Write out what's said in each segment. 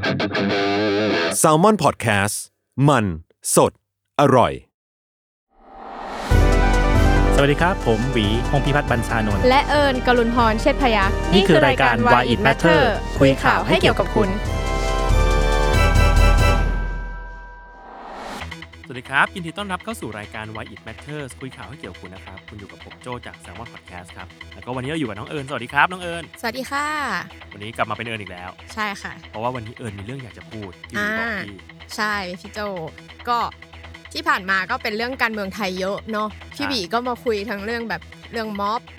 Salmon Podcast มันสดอร่อยสวัสดีครับผมหวีพงษ์พิพัฒน์บัญชานนท์และเอิญกลุนพรเชษฐพยัคฆ์นี่คือรายการ Why It Matter คุยข่าวให้เกี่ยวกับคุณสวัสดีครับยินดีต้อนรับเข้าสู่รายการ Why It Matters คุยข่าวให้เกี่ยวกับคุณนะครับคุณอยู่กับผมโจจาก Salmon Podcast ครับแล้วก็วันนี้เราอยู่กับน้องเอิญสวัสดีครับน้องเอิญสวัสดีค่ะวันนี้กลับมาเป็นเอิญอีกแล้วใช่ค่ะเพราะว่าวันนี้เอิญมีเรื่องอยากจะพูดที่บอกพี่ใช่พี่โจก็ที่ผ่านมาก็เป็นเรื่องการเมืองไทยเยอะเนาะพี่บีก็มาคุยทั้งเรื่องแบบเรื่องม็อบ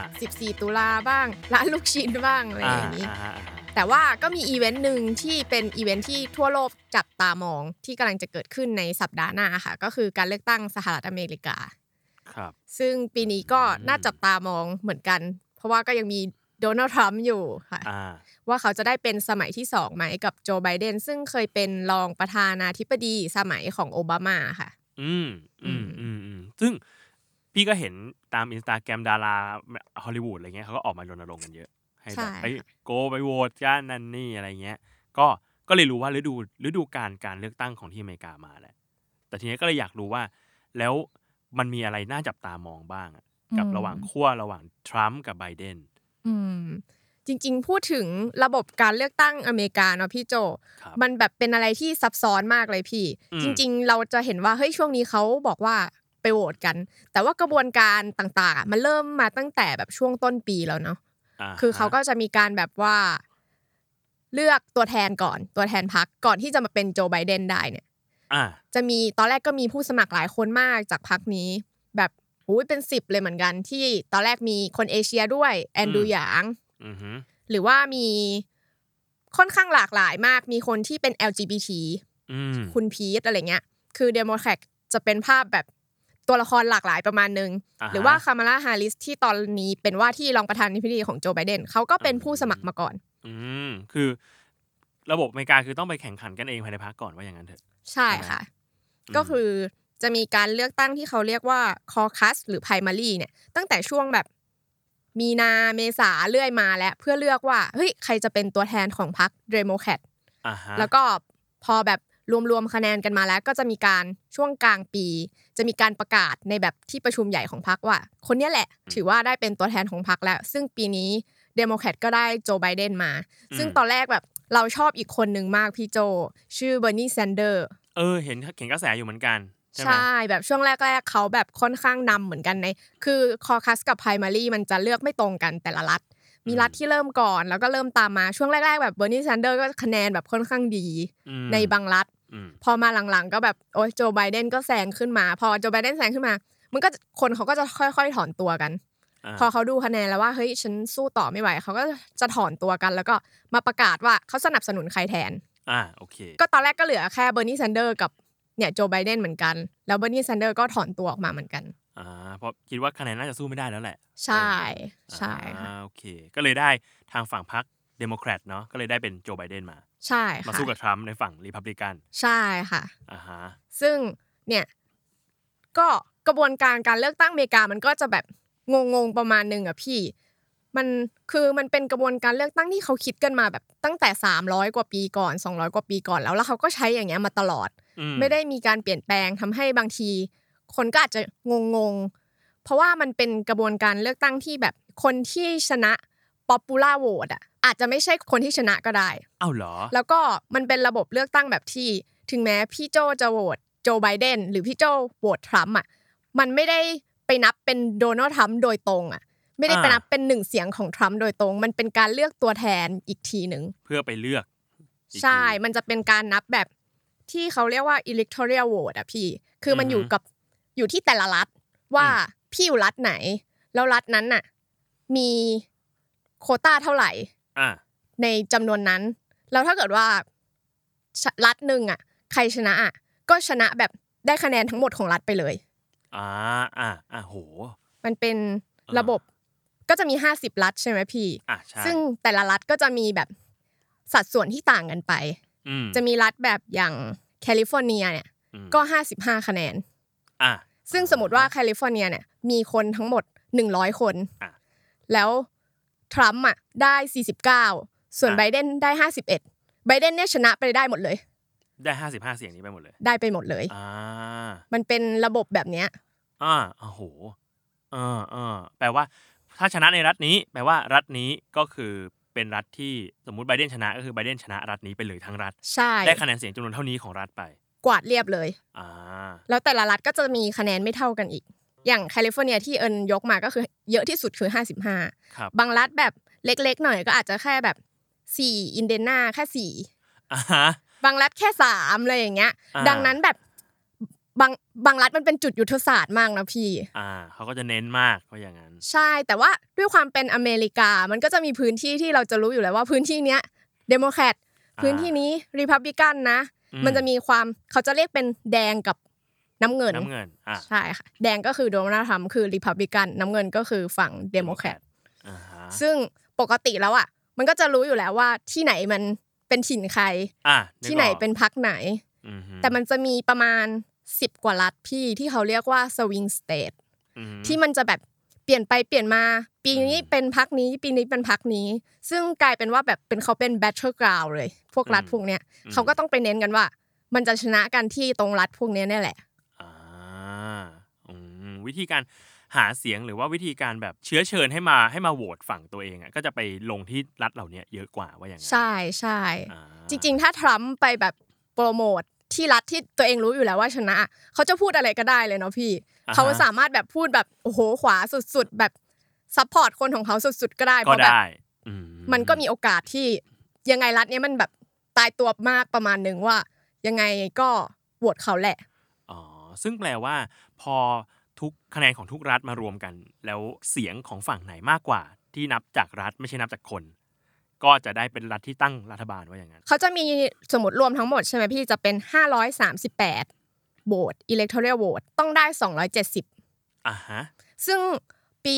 14ตุลาบ้างร้านลูกชิ้นบ้างอะไรอย่างนี้แต่ว่าก็มีอีเวนต์นึงที่เป็นอีเวนต์ที่ทั่วโลกจับตามองที่กำลังจะเกิดขึ้นในสัปดาห์หน้าค่ะก็คือการเลือกตั้งสหรัฐอเมริกาครับซึ่งปีนี้ก็น่าจับตามองเหมือนกันเพราะว่าก็ยังมีโดนัลด์ทรัมป์อยู่ค่ะว่าเขาจะได้เป็นสมัยที่2ไหมกับโจไบเดนซึ่งเคยเป็นรองประธานาธิบดีสมัยของโอบามาค่ะซึ่งพี่ก็เห็นตาม Instagram ดาราฮอลลีวูดอะไรเงี้ยเขาก็ออกมารณรงค์กันเยอะให้แบบไปโกไปโหวตกันนั่นนี่อะไรเงี้ยก็เลยรู้ว่าฤดูการเลือกตั้งของที่อเมริกามาแหละแต่ทีนี้ก็เลยอยากรู้ว่าแล้วมันมีอะไรน่าจับตามองบ้างกับระหว่างขั้วระหว่างทรัมป์กับไบเดนจริงๆพูดถึงระบบการเลือกตั้งอเมริกาเนาะพี่โจมันแบบเป็นอะไรที่ซับซ้อนมากเลยพี่จริงๆเราจะเห็นว่าเฮ้ยช่วงนี้เขาบอกว่าไปโหวตกันแต่ว่ากระบวนการต่างๆมันเริ่มมาตั้งแต่แบบช่วงต้นปีแล้วเนาะคือเขาก็จะมีการแบบว่าเลือกตัวแทนก่อนตัวแทนพรรคก่อนที่จะมาเป็นโจไบเดนได้เนี่ยจะมีตอนแรกก็มีผู้สมัครหลายคนมากจากพรรคนี้แบบเป็น10เลยเหมือนกันที่ตอนแรกมีคนเอเชียด้วยแอนดรูว์หยางหรือว่ามีค่อนข้างหลากหลายมากมีคนที่เป็น LGBT คุณพีทอะไรเงี้ยคือเดโมแครตจะเป็นภาพแบบตัวละครหลากหลายประมาณนึงหรือว่าคามาลาฮาริสที่ตอนนี้เป็นว่าที่รองประธานาธิบดีของโจไบเดนเขาก็เป็นผู้สมัครมาก่อนคือระบบอเมริกาคือต้องไปแข่งขันกันเองภายในพรรคก่อนว่าอย่างนั้นเถอะใช่ค่ะก็คือจะมีการเลือกตั้งที่เขาเรียกว่าคอคัสหรือไพรมารีเนี่ยตั้งแต่ช่วงแบบมีนาเมษาเรื่อยมาแล้วเพื่อเลือกว่าเฮ้ยใครจะเป็นตัวแทนของพรรคเดโมแครตแล้วก็พอแบบรวมๆคะแนนกันมาแล้วก็จะมีการช่วงกลางปีจะมีการประกาศในแบบที่ประชุมใหญ่ของพรรคว่าคนนี้แหละถือว่าได้เป็นตัวแทนของพรรคแล้วซึ่งปีนี้เดโมแครตก็ได้โจไบเดนมาซึ่งตอนแรกแบบเราชอบอีกคนนึงมากพี่โจชื่อเบอร์นีแซนเดอร์เห็นกระแสอยู่เหมือนกันใช่แบบช่วงแรกๆเขาแบบค่อนข้างนำเหมือนกันในคือคอคัสกับไพรมารีมันจะเลือกไม่ตรงกันแต่ละรัฐมีรัฐที่เริ่มก่อนแล้วก็เริ่มตามมาช่วงแรกๆแบบเบอร์นีแซนเดอร์ก็คะแนนแบบค่อนข้างดีในบางรัฐพอมาหลังๆก็แบบโอ้ยโจไบเดนก็แซงขึ้นมาพอโจไบเดนแซงขึ้นมามันก็คนเขาก็จะค่อยๆถอนตัวกันพอเขาดูคะแนนแล้วว่าเฮ้ยฉันสู้ต่อไม่ไหวเขาก็จะถอนตัวกันแล้วก็มาประกาศว่าเขาสนับสนุนใครแทนโอเคก็ตอนแรกก็เหลือแค่เบอร์นีแซนเดอร์กับเนี่ยโจไบเดนเหมือนกันแล้วเบอร์นีแซนเดอร์ก็ถอนตัวออกมาเหมือนกันเพราะคิดว่าคะแนนน่าจะสู้ไม่ได้แล้วแหละใช่ใช่ค่ะโอเคก็เลยได้ทางฝั่งพรรคเดโมแครตเนาะก็เลยได้เป็นโจไบเดนมาใช่ค่ะมาสู้กับทรัมป์ในฝั่งรีพับลิกันใช่ค่ะซึ่งเนี่ยก็กระบวนการเลือกตั้งอเมริกามันก็จะแบบงงประมาณนึงอ่ะพี่มันเป็นกระบวนการเลือกตั้งที่เขาคิดกันมาแบบตั้งแต่300กว่าปีก่อน200กว่าปีก่อนแล้วเขาก็ใช้อย่างเงี้ยมาตลอดไม่ได้มีการเปลี่ยนแปลงทำให้บางทีคนก็อาจจะงงเพราะว่ามันเป็นกระบวนการเลือกตั้งที่แบบคนที่ชนะ popular vote อ่ะอาจจะไม่ใช่คนที่ชนะก็ได้อ้าวเหรอแล้วก็มันเป็นระบบเลือกตั้งแบบที่ถึงแม้พี่โจจะโหวตโจไบเดนหรือพี่โจโหวตทรัมป์อ่ะมันไม่ได้ไปนับเป็นโดนัลด์ทรัมป์โดยตรงอ่ะไม่ได้ไปนับเป็น1เสียงของทรัมป์โดยตรงมันเป็นการเลือกตัวแทนอีกทีนึงเพื่อไปเลือกใช่มันจะเป็นการนับแบบที่เขาเรียกว่า electoral vote อ่ะพี่คือมันอยู่ที่แต่ละรัฐว่าพี่อยู่รัฐไหนแล้วรัฐนั้นน่ะมีโควต้าเท่าไหร่ในจำนวนนั้นแล้วถ้าเกิดว่ารัฐนึงอ่ะใครชนะอ่ะก็ชนะแบบได้คะแนนทั้งหมดของรัฐไปเลยโหมันเป็นระบบก็จะมี50รัฐใช่ไหมพี่ซึ่งแต่ละรัฐก็จะมีแบบสัดส่วนที่ต่างกันไปจะมีรัฐแบบอย่างแคลิฟอร์เนียเนี่ยก็55คะแนนซึ่งสมมติว่าแคลิฟอร์เนียเนี่ยมีคนทั้งหมด100คนแล้วทรัมป์อ่ะได้49ส่วนไบเดนได้51 ไบเดนเนี่ยชนะไปได้หมดเลยได้55เสียงนี้ไปหมดเลยได้ไปหมดเลยมันเป็นระบบแบบเนี้ยโอ้โหแปลว่าถ้าชนะในรัฐนี้แปลว่ารัฐนี้ก็คือเป็นรัฐที่สมมุติไบเดนชนะก็คือไบเดนชนะรัฐนี้ไปเลยทั้งรัฐใช่ได้คะแนนเสียงจำนวนเท่านี้ของรัฐไปกวาดเรียบเลยแล้วแต่ละรัฐก็จะมีคะแนนไม่เท่ากันอีกอย่างแคลิฟอร์เนียที่เอิญยกมาก็คือเยอะที่สุดคือ55บางรัฐแบบเล็กๆหน่อยก็อาจจะแค่แบบ4อินเดียนาแค่4บางรัฐแค่3อะไรอย่างเงี้ยดังนั้นแบบบางรัฐมันเป็นจุดยุทธศาสตร์มากนะพี่เขาก็จะเน้นมากก็อย่างนั้นใช่แต่ว่าด้วยความเป็นอเมริกามันก็จะมีพื้นที่ที่เราจะรู้อยู่แล้วว่าพื้นที่เนี้ยเดโมแครตพื้นที่นี้รีพับลิกันนะมันจะมีความเขาจะเรียกเป็นแดงกับน้ำเงินใช่ค่ะแดงก็คือโดนัลด์ทรัมป์คือรีพับลิกันน้ำเงินก็คือฝั่งเดโมแครตซึ่งปกติแล้วอ่ะมันก็จะรู้อยู่แล้วว่าที่ไหนมันเป็นถิ่นใครที่ไหนเป็นพรรคไหนแต่มันจะมีประมาณ10กว่ารัฐพี่ที่เขาเรียกว่าสวิงสเตทที่มันจะแบบเปลี่ยนไปเปลี่ยนมาปีนี้เป็นพรรคนี้ปีนี้เป็นพรรคนี้ซึ่งกลายเป็นว่าแบบเขาเป็น battleground เลยพวกรัฐพวกเนี้ยเขาก็ต้องไปเน้นกันว่ามันจะชนะกันที่ตรงรัฐพวกนี้นี่แหละวิธีการหาเสียงหรือว่าวิธีการแบบเชื้อเชิญให้มาโหวตฝั่งตัวเองอ่ะก็จะไปลงที่รัฐเหล่านี้เยอะกว่าว่าอย่างนั้นใช่ๆจริงๆถ้าทรัมป์ไปแบบโปรโมทที่รัฐที่ตัวเองรู้อยู่แล้วว่าชนะเขาจะพูดอะไรก็ได้เลยเนาะพี่เขาสามารถแบบพูดแบบโอ้โหขวาสุดๆแบบซัพพอร์ตคนของเขาสุดๆก็ได้เพราะแบบมันก็มีโอกาสที่ยังไงรัฐนี้มันแบบตายตัวมากประมาณนึงว่ายังไงก็โหวตเขาแหละซึ่งแปลว่าพอทุกคะแนนของทุกรัฐมารวมกันแล้วเสียงของฝั่งไหนมากกว่าที่นับจากรัฐไม่ใช่นับจากคนก็จะได้เป็นรัฐที่ตั้งรัฐบาลว่าอย่างนั้นเขาจะมีสมมติรวมทั้งหมดใช่ไหมพี่จะเป็น538โหวต electoral vote ต้องได้270ซึ่งปี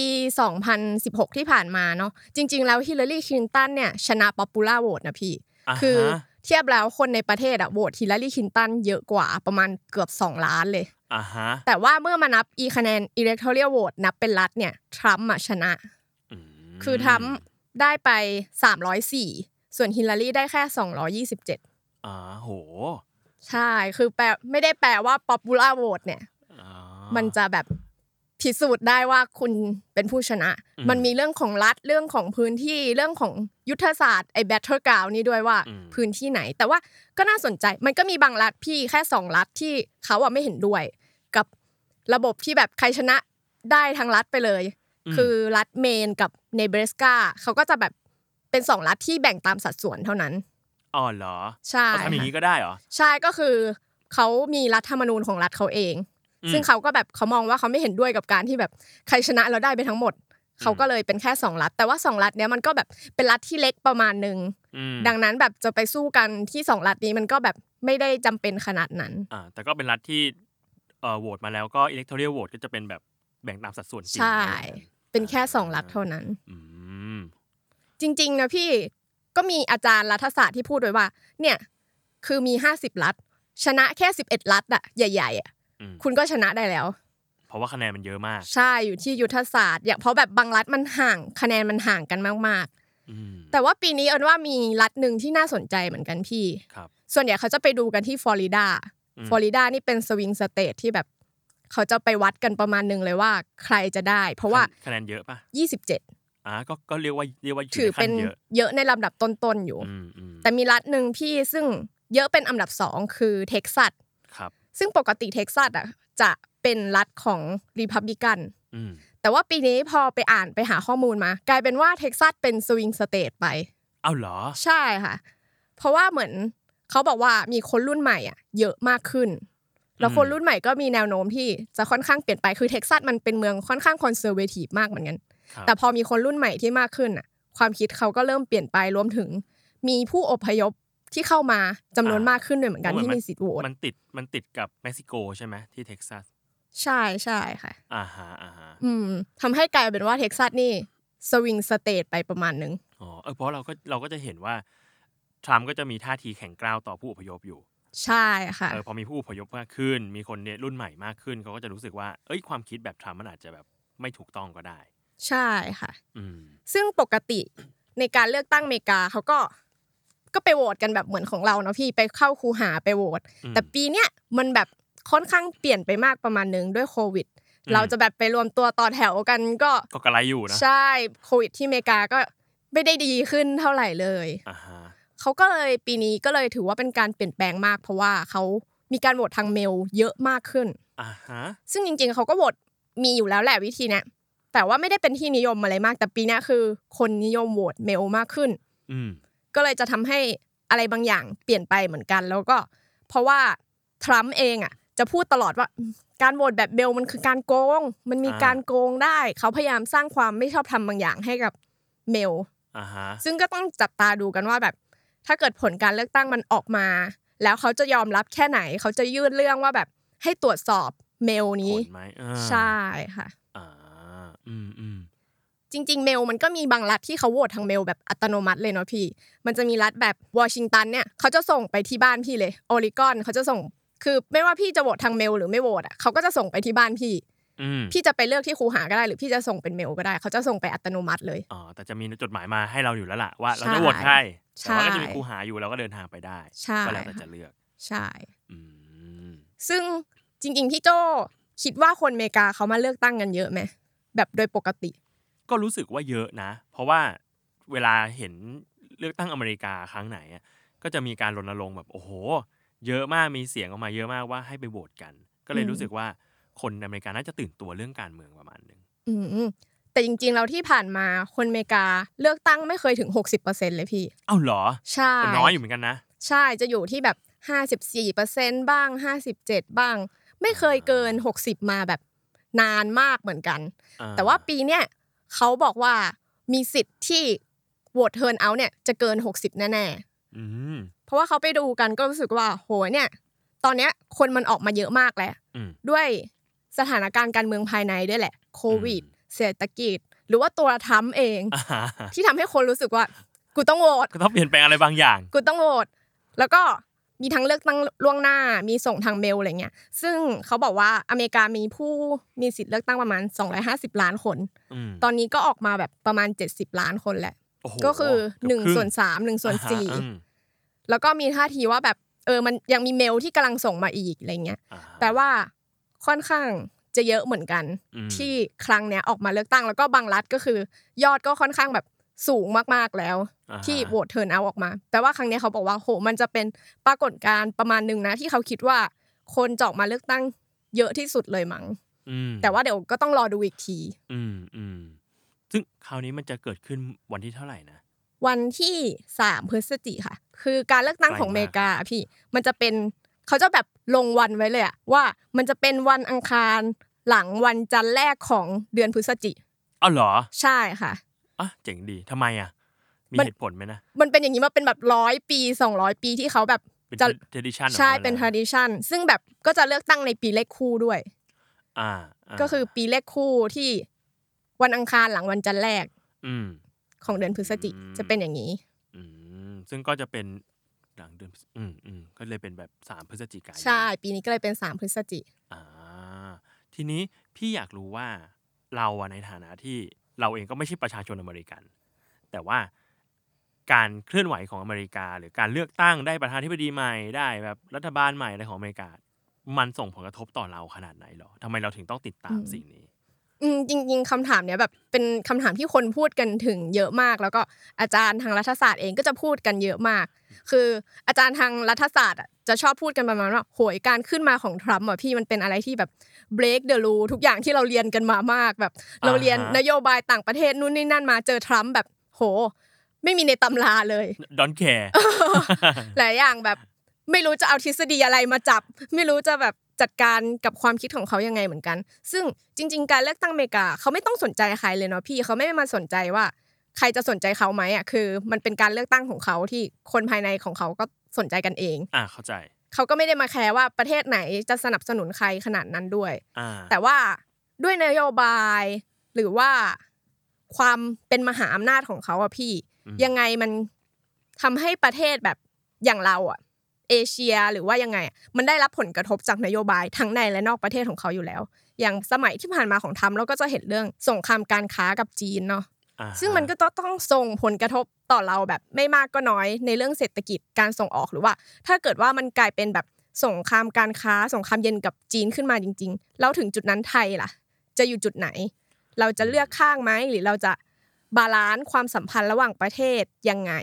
2016ที่ผ่านมาเนาะจริงๆแล้วฮิลลารีคลินตันเนี่ยชนะ popular vote นะพี่คือเทียบแล้วคนในประเทศโหวตฮิลลารีคลินตันเยอะกว่าประมาณเกือบ2ล้านเลยแต่ว่าเมื่อมานับคะแนน electoral vote นับเป็นรัฐเนี่ยทรัมป์ชนะคือทรัมป์ได้ไป304ส่วนฮิลลารีได้แค่227 โหใช่คือแปลไม่ได้แปลว่า popular vote เนี่ยมันจะแบบพิสูจน์ได้ว่าคุณเป็นผู้ชนะมันมีเรื่องของรัฐเรื่องของพื้นที่เรื่องของยุทธศาสตร์ไอ้ battleground นี่ด้วยว่าพื้นที่ไหนแต่ว่าก็น่าสนใจมันก็มีบางรัฐพี่แค่2รัฐที่เขาไม่เห็นด้วยกับระบบที่แบบใครชนะได้ทั้งรัฐไปเลยคือรัฐเมนกับเนเบรสกาเขาก็จะแบบเป็น2รัฐที่แบ่งตามสัดส่วนเท่านั้นเหรอใช่ทำอย่างนี้ก็ได้เหรอใช่ก็คือเขามีรัฐธรรมนูญของรัฐเขาเองซึ่งเขาก็แบบเขามองว่าเขาไม่เห็นด้วยกับการที่แบบใครชนะแล้วได้ไปทั้งหมดเขาก็เลยเป็นแค่2รัฐแต่ว่า2รัฐเนี้ยมันก็แบบเป็นรัฐที่เล็กประมาณนึงดังนั้นแบบจะไปสู้กันที่2รัฐนี้มันก็แบบไม่ได้จำเป็นขนาดนั้นแต่ก็เป็นรัฐที่โหวตมาแล้วก็ electoral vote ก็จะเป็นแบบแบ่งตามสัดส่วนจริงใช่เป็นแค่2รัฐเท่านั้นจริงๆนะพี่ก็มีอาจารย์รัฐศาสตร์ที่พูดไว้ว่าเนี่ยคือมี50รัฐชนะแค่11รัฐอ่ะใหญ่ๆคุณก็ชนะได้แล้วเพราะว่าคะแนนมันเยอะมากใช่อยู่ที่ยุทธศาสตร์อย่างเพราะแบบบางรัฐมันห่างคะแนนมันห่างกันมากๆแต่ว่าปีนี้ว่ามีรัฐนึงที่น่าสนใจเหมือนกันพี่ส่วนใหญ่เขาจะไปดูกันที่ฟลอริดานี่เป็นสวิงสเตทที่แบบเขาจะไปวัดกันประมาณนึงเลยว่าใครจะได้เพราะว่าคะแนนเยอะป่ะ 27 ก็เรียกว่าถือเป็นเยอะในลำดับต้นๆอยู่แต่มีรัฐนึงพี่ซึ่งเยอะเป็นอันดับ2คือเท็กซัสซึ่งปกติเท็กซัสจะเป็นรัฐของรีพับลิกันแต่ว่าปีนี้พอไปหาข้อมูลมากลายเป็นว่าเท็กซัสเป็นสวิงสเตทไปเหรอใช่ค่ะเพราะว่าเหมือนเขาบอกว่ามีคนรุ่นใหม่เยอะมากขึ้นแล้วคนรุ่นใหม่ก็มีแนวโน้มที่จะค่อนข้างเปลี่ยนไปคือเท็กซัสมันเป็นเมืองค่อนข้างคอนเซอร์เวทีฟมากเหมือนกันแต่พอมีคนรุ่นใหม่ที่มากขึ้นความคิดเขาก็เริ่มเปลี่ยนไปรวมถึงมีผู้อพยพที่เข้ามาจำนวนมากขึ้นด้วยเหมือนกันที่มีสิทธิ์โหวตมันติดกับเม็กซิโกใช่ไหมที่เท็กซัสใช่ใช่ค่ะทำให้กลายเป็นว่าเท็กซัสนี่สวิงสเตทไปประมาณนึงเพราะเราก็จะเห็นว่าทรัมป์ก็จะมีท่าทีแข็งกร้าวต่อผู้อพยพอยู่ใช่ค่ะพอมีผู้อพยพมากขึ้นมีคนรุ่นใหม่มากขึ้นเขาก็จะรู้สึกว่าความคิดแบบทรัมป์มันอาจจะแบบไม่ถูกต้องก็ได้ใช่ค่ะซึ่งปกติในการเลือกตั้งอเมริกาเขาก็ก็ไปโหวตกันแบบเหมือนของเราเนาะพี่ไปเข้าคูหาไปโหวตแต่ปีเนี้ยมันแบบค่อนข้างเปลี่ยนไปมากประมาณนึงด้วยโควิดเราจะแบบไปรวมตัวต่อแถวกันก็กระไรอยู่นะใช่โควิดที่อเมริกาก็ไม่ได้ดีขึ้นเท่าไหร่เลยเขาก็เลยปีนี้ก็เลยถือว่าเป็นการเปลี่ยนแปลงมากเพราะว่าเขามีการโหวตทางเมลเยอะมากขึ้นซึ่งจริงๆเขาก็โหวตมีอยู่แล้วแหละวิธีเนี้ยแต่ว่าไม่ได้เป็นที่นิยมอะไรมากแต่ปีนี้คือคนนิยมโหวตเมลมากขึ้นก็เลยจะทำให้อะไรบางอย่างเปลี่ยนไปเหมือนกันแล้วก็เพราะว่าทรัมป์เองอ่ะจะพูดตลอดว่าการโหวตแบบเมลมันคือการโกงมันมีการโกงได้เขาพยายามสร้างความไม่ชอบธรรมบางอย่างให้กับเมลซึ่งก็ต้องจับตาดูกันว่าแบบถ้าเกิดผลการเลือกตั้งมันออกมาแล้วเขาจะยอมรับแค่ไหนเขาจะยื่นเรื่องว่าแบบให้ตรวจสอบเมลนี้ใช่ค่ะจริงๆเมลมันก็มีบางรัฐที่เขาโหวตทางเมลแบบอัตโนมัติเลยเนาะพี่มันจะมีรัฐแบบวอชิงตันเนี่ยเขาจะส่งไปที่บ้านพี่เลยออริกอนเขาจะส่งคือไม่ว่าพี่จะโหวตทางเมลหรือไม่โหวตอ่ะเขาก็จะส่งไปที่บ้านพี่จะไปเลือกที่คูหาก็ได้หรือพี่จะส่งเป็นเมลก็ได้เขาจะส่งไปอัตโนมัติเลยแต่จะมีจดหมายมาให้เราอยู่แล้วล่ะว่าเราจะโหวตใครแต่ว่าก็จะมีคูหาอยู่เราก็เดินทางไปได้ก็แล้วแต่จะเลือกใช่ซึ่งจริงๆพี่โจ้คิดว่าคนอเมริกาเขามาเลือกตั้งกันเยอะไหมแบบโดยปกติก็รู้สึกว่าเยอะนะเพราะว่าเวลาเห็นเลือกตั้งอเมริกาครั้งไหนก็จะมีการรณรงค์แบบโอ้โหเยอะมากมีเสียงออกมาเยอะมากว่าให้ไปโหวตกันก็เลยรู้สึกว่าคนอเมริกาน่าจะตื่นตัวเรื่องการเมืองประมาณนึงแต่จริงๆเราที่ผ่านมาคนอเมริกาเลือกตั้งไม่เคยถึง 60% เลยพี่อ้าวเหรอใช่น้อยอยู่เหมือนกันนะใช่จะอยู่ที่แบบ 54% บ้าง57บ้างไม่เคยเกิน60มาแบบนานมากเหมือนกันแต่ว่าปีเนี้ยเขาบอกว่ามีสิทธิ์ที่โหวตเทิร์นเอาท์เนี่ยจะเกิน60แน่ๆเพราะว่าเขาไปดูกันก็รู้สึกว่าโหเนี่ยตอนเนี้ยคนมันออกมาเยอะมากแล้วด้วยสถานการณ์การเมืองภายในด้วยแหละโควิดเศรษฐกิจหรือว่าตัวทรัมป์เองที่ทำให้คนรู้สึกว่ากูต้องโหวตกูต้องเปลี่ยนแปลงอะไรบางอย่างกูต้องโหวตแล้วก็มีทั้งเลือกตั้งล่วงหน้ามีส่งทางเมลอะไรเงี้ยซึ่งเขาบอกว่าอเมริกามีผู้มีสิทธิ์เลือกตั้งประมาณ250ล้านคนตอนนี้ก็ออกมาแบบประมาณ70ล้านคนแหละก็คือ1/3 1/4แล้วก็มีท่าทีว่าแบบมันยังมีเมลที่กำลังส่งมาอีกอะไรเงี้ยแปลว่าค่อนข้างจะเยอะเหมือนกันที่ครั้งเนี้ยออกมาเลือกตั้งแล้วก็บางรัฐก็คือยอดก็ค่อนข้างแบบสูงมากๆแล้วที่โหวตเทิร์นเอาท์ออกมาแต่ว่าครั้งนี้เขาบอกว่าโหมันจะเป็นปรากฏการณ์ประมาณนึงนะที่เขาคิดว่าคนจะออกมาเลือกตั้งเยอะที่สุดเลยมั้งแต่ว่าเดี๋ยวก็ต้องรอดูอีกทีซึ่งคราวนี้มันจะเกิดขึ้นวันที่เท่าไหร่นะวันที่3 พฤศจิกายนค่ะคือการเลือกตั้งของอเมริกาพี่มันจะเป็นเขาจะแบบลงวันไว้เลยอะว่ามันจะเป็นวันอังคารหลังวันจันทร์แรกของเดือนพฤศจิกายนอ้าวเหรอใช่ค่ะเจ๋งดีทำไมมีเหตุผลไหมนะมันเป็นอย่างนี้มาเป็นแบบ100 ปี200 ปีที่เขาแบบเป็น tradition ใช่เป็น tradition ซึ่งแบบก็จะเลือกตั้งในปีเลขคู่ด้วยก็คือปีเลขคู่ที่วันอังคารหลังวันจันทร์แรกของเดือนพฤศจิกายนจะเป็นอย่างนี้ซึ่งก็จะเป็นหลังเดือนก็เลยเป็นแบบ3 พฤศจิกายนใช่ปีนี้ก็เลยเป็น3 พฤศจิกายนทีนี้พี่อยากรู้ว่าเราในฐานะที่เราเองก็ไม่ใช่ประชาชนอเมริกันแต่ว่าการเคลื่อนไหวของอเมริกาหรือการเลือกตั้งได้ประธานาธิบดีใหม่ได้แบบรัฐบาลใหม่อะไรของอเมริกามันส่งผลกระทบต่อเราขนาดไหนหรอทำไมเราถึงต้องติดตามสิ่งนี้จริงๆคำถามเนี้ยแบบเป็นคำถามที่คนพูดกันถึงเยอะมากแล้วก็อาจารย์ทางรัฐศาสตร์เองก็จะพูดกันเยอะมากคืออาจารย์ทางรัฐศาสตร์จะชอบพูดกันประมาณว่าโหยการขึ้นมาของทรัมป์พี่มันเป็นอะไรที่แบบ break the rule ทุกอย่างที่เราเรียนกันมามากแบบเราเรียนนโยบายต่างประเทศนู่นนี่นั่นมาเจอทรัมป์แบบโหไม่มีในตำราเลย Don't care หลายอย่างแบบไม่รู้จะเอาทฤษฎีอะไรมาจับไม่รู้จะแบบจัดการกับความคิดของเขายังไงเหมือนกันซึ่งจริงๆการเลือกตั้งอเมริกาเขาไม่ต้องสนใจใครเลยเนาะพี่เขาไม่ได้มาสนใจว่าใครจะสนใจเขาไหมคือมันเป็นการเลือกตั้งของเขาที่คนภายในของเขาก็สนใจกันเองเข้าใจเขาก็ไม่ได้มาแคร์ว่าประเทศไหนจะสนับสนุนใครขนาดนั้นด้วยแต่ว่าด้วยนโยบายหรือว่าความเป็นมหาอำนาจของเขาพี่ยังไงมันทำให้ประเทศแบบอย่างเราเอเชียหรือว่ายังไงมันได้รับผลกระทบจากนโยบายทั้งในและนอกประเทศของเขาอยู่แล้วอย่างสมัยที่ผ่านมาของทรัมป์เราก็จะเห็นเรื่องสงครามการค้ากับจีนเนาะซึ่งมันก็ต้องส่งผลกระทบต่อเราแบบไม่มากก็น้อยในเรื่องเศรษฐกิจการส่งออกหรือว่าถ้าเกิดว่ามันกลายเป็นแบบสงครามการค้าสงครามเย็นกับจีนขึ้นมาจริงๆแล้วถึงจุดนั้นไทยล่ะจะอยู่จุดไหนเราจะเลือกข้างไหมหรือเราจะบาลานซ์ความสัมพันธ์ระหว่างประเทศยังไง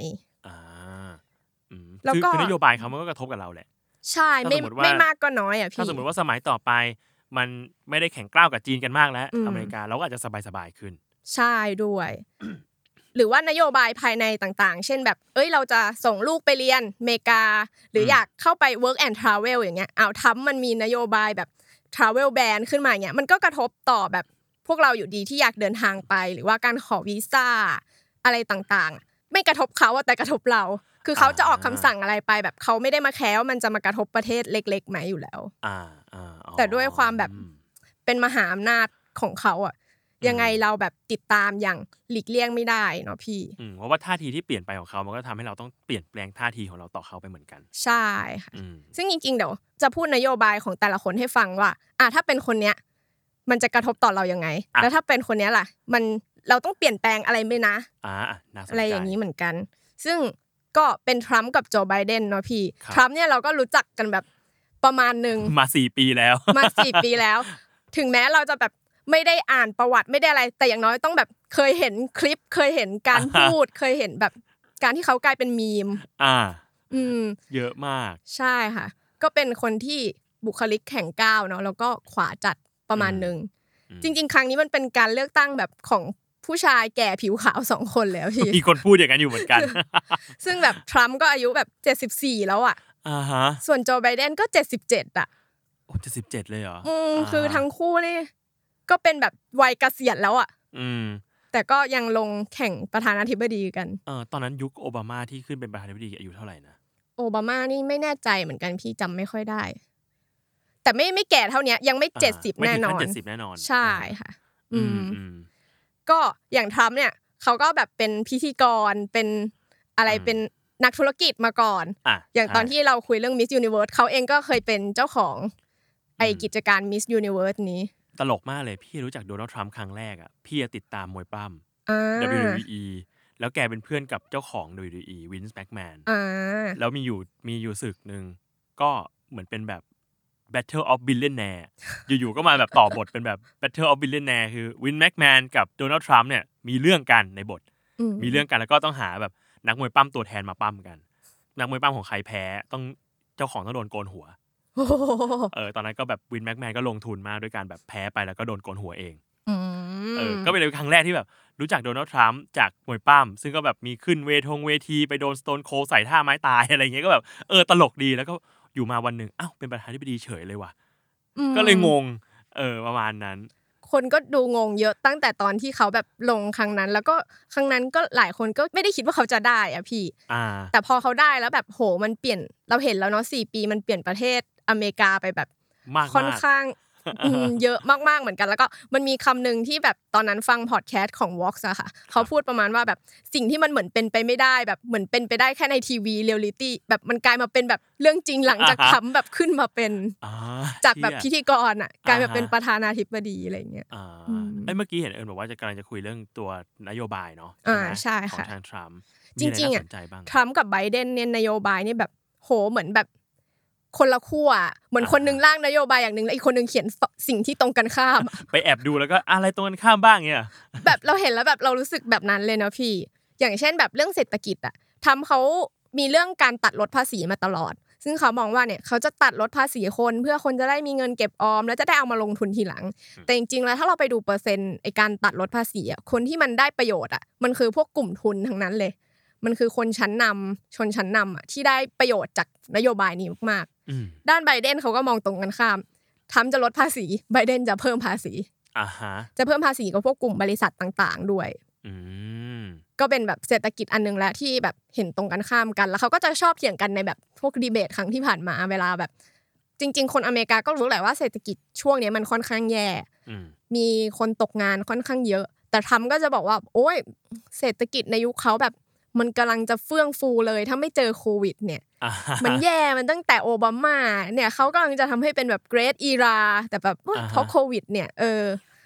แล้วก็นโยบายเขามันก็กระทบกับเราแหละใช่ไม่มากก็น้อยอ่ะพี่ถ้าสมมติว่าสมัยต่อไปมันไม่ได้แข่งกล้าวกับจีนกันมากแล้วอเมริกาเราก็อาจจะสบายๆขึ้นใช่ด้วยหรือว่านโยบายภายในต่างๆเช่นแบบเราจะส่งลูกไปเรียนอเมริกาหรืออยากเข้าไป work and travel อย่างเงี้ยทำมันมีนโยบายแบบ travel ban ขึ้นมาอย่างเงี้ยมันก็กระทบต่อแบบพวกเราอยู่ดีที่อยากเดินทางไปหรือว่าการขอวีซ่าอะไรต่างๆไม่กระทบเขาแต่กระทบเราคือเขาจะออกคำสั่งอะไรไปแบบเขาไม่ได้มาแคร์ว่ามันจะมากระทบประเทศเล็กๆไหมอยู่แล้วแต่ด้วยความแบบเป็นมหาอำนาจของเขาอ่ะยังไงเราแบบติดตามอย่างหลีกเลี่ยงไม่ได้เนาะพี่เพราะว่าท่าทีที่เปลี่ยนไปของเขามันก็ทำให้เราต้องเปลี่ยนแปลงท่าทีของเราต่อเขาไปเหมือนกันใช่ค่ะซึ่งจริงๆเดี๋ยวจะพูดนโยบายของแต่ละคนให้ฟังว่าถ้าเป็นคนเนี้ยมันจะกระทบต่อเรายังไงแล้วถ้าเป็นคนเนี้ยล่ะมันเราต้องเปลี่ยนแปลงอะไรไหมนะอะไรอย่างนี้เหมือนกันซึ่งก็เป็นทรัมป์กับโจไบเดนเนาะพี่ทรัมป์เนี่ยเราก็รู้จักกันแบบประมาณนึงมา4ปีแล้วมา4ปีแล้วถึงแม้เราจะแบบไม่ได้อ่านประวัติไม่ได้อะไรแต่อย่างน้อยต้องแบบเคยเห็นคลิปเคยเห็นการพูดเคยเห็นแบบการที่เขากลายเป็นมีมเยอะมากใช่ค่ะก็เป็นคนที่บุคลิกแข็งก้าวเนาะแล้วก็ขวาจัดประมาณนึงจริงๆครั้งนี้มันเป็นการเลือกตั้งแบบของผู้ชายแก่ผิวขาว2คนแล้วพี่มีคนพูดอย่างนั้นอยู่เหมือนกันซึ่งแบบทรัมป์ก็อายุแบบ74แล้วอ่ะส่วนโจไบเดนก็77อ่ะโอ้77เลยเหรอคือทั้งคู่นี่ก็เป็นแบบวัยเกษียณแล้วอ่ะแต่ก็ยังลงแข่งประธานาธิบดีกันตอนนั้นยุคโอบามาที่ขึ้นเป็นประธานาธิบดีอายุเท่าไหร่นะโอบามานี่ไม่แน่ใจเหมือนกันพี่จำไม่ค่อยได้แต่ไม่แก่เท่านี้ยังไม่70แน่นอน 70แน่นอนใช่ค่ะก็อย่างทรัมป์เนี่ยเขาก็แบบเป็นพิธีกรเป็นอะไรเป็นนักธุรกิจมาก่อนอย่างตอนที่เราคุยเรื่อง Miss Universe เขาเองก็เคยเป็นเจ้าของกิจการ Miss Universe นี้ตลกมากเลยพี่รู้จักโดนัลด์ทรัมป์ครั้งแรกอ่ะพี่ติดตามมวยปล้ำ WWE แล้วแกเป็นเพื่อนกับเจ้าของ WWE Vince McMahon แล้วมีอยู่ศึกนึงก็เหมือนเป็นแบบ Battle of Billionaire อยู่ๆก็มาแบบต่อบทเป็นแบบ Battle of Billionaire คือ Vince McMahon กับโดนัลด์ทรัมป์เนี่ยมีเรื่องกันในบทมีเรื่องกันแล้วก็ต้องหาแบบนักมวยปั้มตัวแทนมาปั้มกันนักมวยปั้มของใครแพ้ต้องเจ้าของต้องโดนโกนหัวตอนนั้นก็แบบวินแม็กแมนก็ลงทุนมากด้วยการแบบแพ้ไปแล้วก็โดนโกนหัวเองก็เป็นครั้งแรกที่แบบรู้จักโดนัลด์ทรัมป์จากมวยปั้มซึ่งก็แบบมีขึ้นเวทีไปโดนสโตนโคลใส่ท่าไม้ตายอะไรเงี้ยก็แบบตลกดีแล้วก็อยู่มาวันนึงอ้าวเป็นประธานาธิบดีเฉยเลยว่ะก็เลยงงประมาณนั้นคนก็ดูงงเยอะตั้งแต่ตอนที่เขาแบบลงครั้งนั้นแล้วก็ครั้งนั้นก็หลายคนก็ไม่ได้คิดว่าเขาจะได้อะพี่แต่พอเขาได้แล้วแบบโหมันเปลี่ยนเราเห็นแล้วเนาะ4 ปีมันเปลี่ยนประเทศอเมริกาไปแบบค่อนข้างเยอะมากๆเหมือนกันแล้วก็มันมีคำนึงที่แบบตอนนั้นฟังพอดแคสต์ของ Vox อะค่ะเขาพูดประมาณว่าแบบสิ่งที่มันเหมือนเป็นไปไม่ได้แบบเหมือนเป็นไปได้แค่ในทีวีเรียลลิตี้แบบมันกลายมาเป็นแบบเรื่องจริงหลังจากทำแบบขึ้นมาเป็นจากแบบพิธีกรอะกลายมาเป็นประธานาธิบดีอะไรอย่างเงี้ยเมื่อกี้เห็นบอกว่าจะกำลังจะคุยเรื่องตัวนโยบายเนาะใช่ค่ะของทางทรัมป์จริงๆอะทรัมป์กับไบเดนเนี่ยนโยบายนี่แบบโหเหมือนแบบคนละขั้วเหมือนคนนึงร่างนโยบายอย่างนึงแล้วอีกคนนึงเขียนสิ่งที่ตรงกันข้ามไปแอบดูแล้วก็อะไรตรงกันข้ามบ้างเนี่ยแบบเราเห็นแล้วแบบเรารู้สึกแบบนั้นเลยเนาะพี่อย่างเช่นแบบเรื่องเศรษฐกิจอะทำเขามีเรื่องการตัดลดภาษีมาตลอดซึ่งเขามองว่าเนี่ยเขาจะตัดลดภาษีคนเพื่อคนจะได้มีเงินเก็บออมแล้วจะได้เอามาลงทุนทีหลังแต่จริงๆแล้วถ้าเราไปดูเปอร์เซ็นต์ไอ้การตัดลดภาษีอะคนที่มันได้ประโยชน์อะมันคือพวกกลุ่มทุนทั้งนั้นเลยมันคือคนชั้นนำชนชั้นนำอะที่ได้ประโยชน์จากนโยบายนี้มากๆด้านไบเดนเขาก็มองตรงกันข้ามทรัมป์จะลดภาษีไบเดนจะเพิ่มภาษีจะเพิ่มภาษีกับพวกกลุ่มบริษัทต่างๆด้วยก็เป็นแบบเศรษฐกิจอันนึงแล้วที่แบบเห็นตรงกันข้ามกันแล้วเขาก็จะชอบเถียงกันในแบบพวกดีเบตครั้งที่ผ่านมาเวลาแบบจริงๆคนอเมริกาก็รู้แหละว่าเศรษฐกิจช่วงนี้มันค่อนข้างแย่มีคนตกงานค่อนข้างเยอะแต่ทรัมป์ก็จะบอกว่าโอ้ยเศรษฐกิจในยุคเขาแบบมันกำลังจะเฟื่องฟูเลยถ้าไม่เจอโควิดเนี่ยมันแย่มันตั้งแต่โอบามาเนี่ยเขากำลังจะทำให้เป็นแบบเกรทอีราแต่แบบเพราะโควิดเนี่ย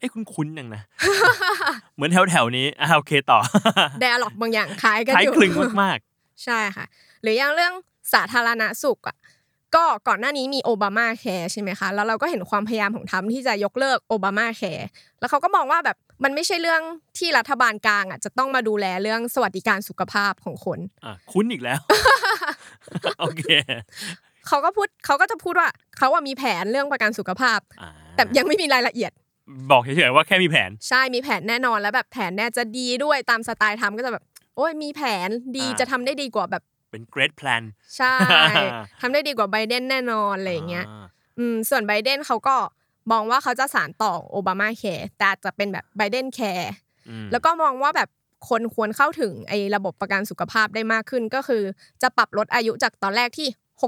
คุ้นๆยังนะ เหมือนแถวๆนี้โอเคต่อ dialog บางอย่างคล้ายกันอยู่คล้ายคลึงมากใช่ค่ะหรืออย่างเรื่องสาธารณสุขอ่ะก็ก่อนหน้านี้มีโอบามาแคร์ใช่ไหมคะแล้วเราก็เห็นความพยายามของทรัมป์ที่จะยกเลิกโอบามาแคร์แล้วเขาก็มองว่าแบบมันไม่ใช่เรื่องที่รัฐบาลกลางอ่ะจะต้องมาดูแลเรื่องสวัสดิการสุขภาพของคนคุ้นอีกแล้ว โอเคเขาก็จะพูดว่าเขาว่ามีแผนเรื่องประกันสุขภาพแต่ยังไม่มีรายละเอียดบอกเฉยๆว่าแค่มีแผนใช่มีแผนแน่นอนแล้วแบบแผนแน่จะดีด้วยตามสไตล์ทำก็จะแบบโอ้ยมีแผนดีจะทำได้ดีกว่าแบบเป็น great plan ใช่ ทำได้ดีกว่าไบเดนแน่นอนอะไรอย่างเงี้ยส่วนไบเดนเขาก็มองว่าเขาจะสานต่อโอบามาแคร์แต่จะเป็นแบบไบเดนแคร์แล้วก็มองว่าแบบคนควรเข้าถึงไอ้ระบบประกันสุขภาพได้มากขึ้นก็คือจะปรับลดอายุจากตอนแรกที่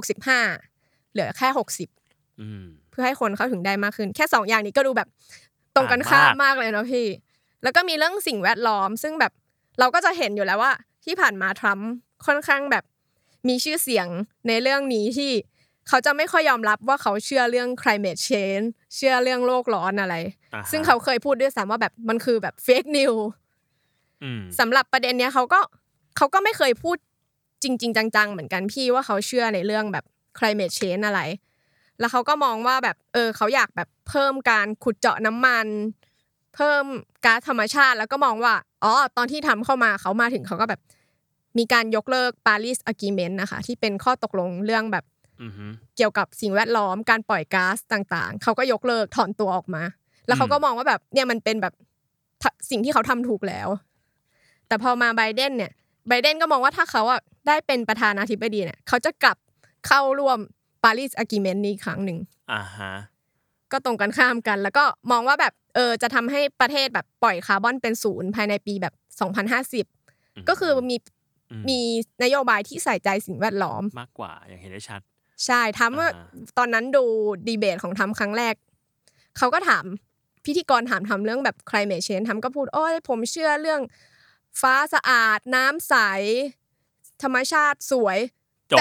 65เหลือแค่60เพื่อให้คนเข้าถึงได้มากขึ้นแค่2อย่างนี้ก็ดูแบบตรงกันข้ามมากเลยเนาะพี่แล้วก็มีเรื่องสิ่งแวดล้อมซึ่งแบบเราก็จะเห็นอยู่แล้วว่าที่ผ่านมาทรัมป์ค่อนข้างแบบมีชื่อเสียงในเรื่องนี้ที่เขาจะไม่ค่อยยอมรับว่าเขาเชื่อเรื่อง climate change เชื่อเรื่องโลกร้อนอะไรซึ่งเขาเคยพูดด้วยซ้ำว่าแบบมันคือแบบ fake news สำหรับประเด็นเนี้ยเขาก็ไม่เคยพูดจริงๆจังๆเหมือนกันพี่ว่าเขาเชื่อในเรื่องแบบ climate change อะไรแล้วเขาก็มองว่าแบบเขาอยากแบบเพิ่มการขุดเจาะน้ำมันเพิ่มก๊าซธรรมชาติแล้วก็มองว่าตอนที่ทำเข้ามาเขามาถึงเขาก็แบบมีการยกเลิก Paris Agreement นะคะที่เป็นข้อตกลงเรื่องแบบเกี่ยวกับสิ่งแวดล้อมการปล่อยก๊าซต่างๆเขาก็ยกเลิกถอนตัวออกมาแล้วเขาก็มองว่าแบบเนี่ยมันเป็นแบบสิ่งที่เขาทำถูกแล้วแต่พอมาไบเดนเนี่ยไบเดนก็มองว่าถ้าเขาอ่ะได้เป็นประธานาธิบดีเนี่ยเขาจะกลับเข้าร่วม Paris Agreement นี้อีกครั้งนึงก็ตรงกันข้ามกันแล้วก็มองว่าแบบจะทำให้ประเทศแบบปล่อยคาร์บอนเป็น0ภายในปีแบบ2050ก็คือมีนโยบายที่ใส่ใจสิ่งแวดล้อมมากกว่าอย่างเห็นได้ชัดใช่ทำว่าตอนนั้นดูดีเบตของทำครั้งแรกเขาก็ถามพิธีกรถามทำเรื่องแบบ climate change ทำก็พูดโอ้ยผมเชื่อเรื่องฟ้าสะอาดน้ำใสธรรมชาติสวยจบ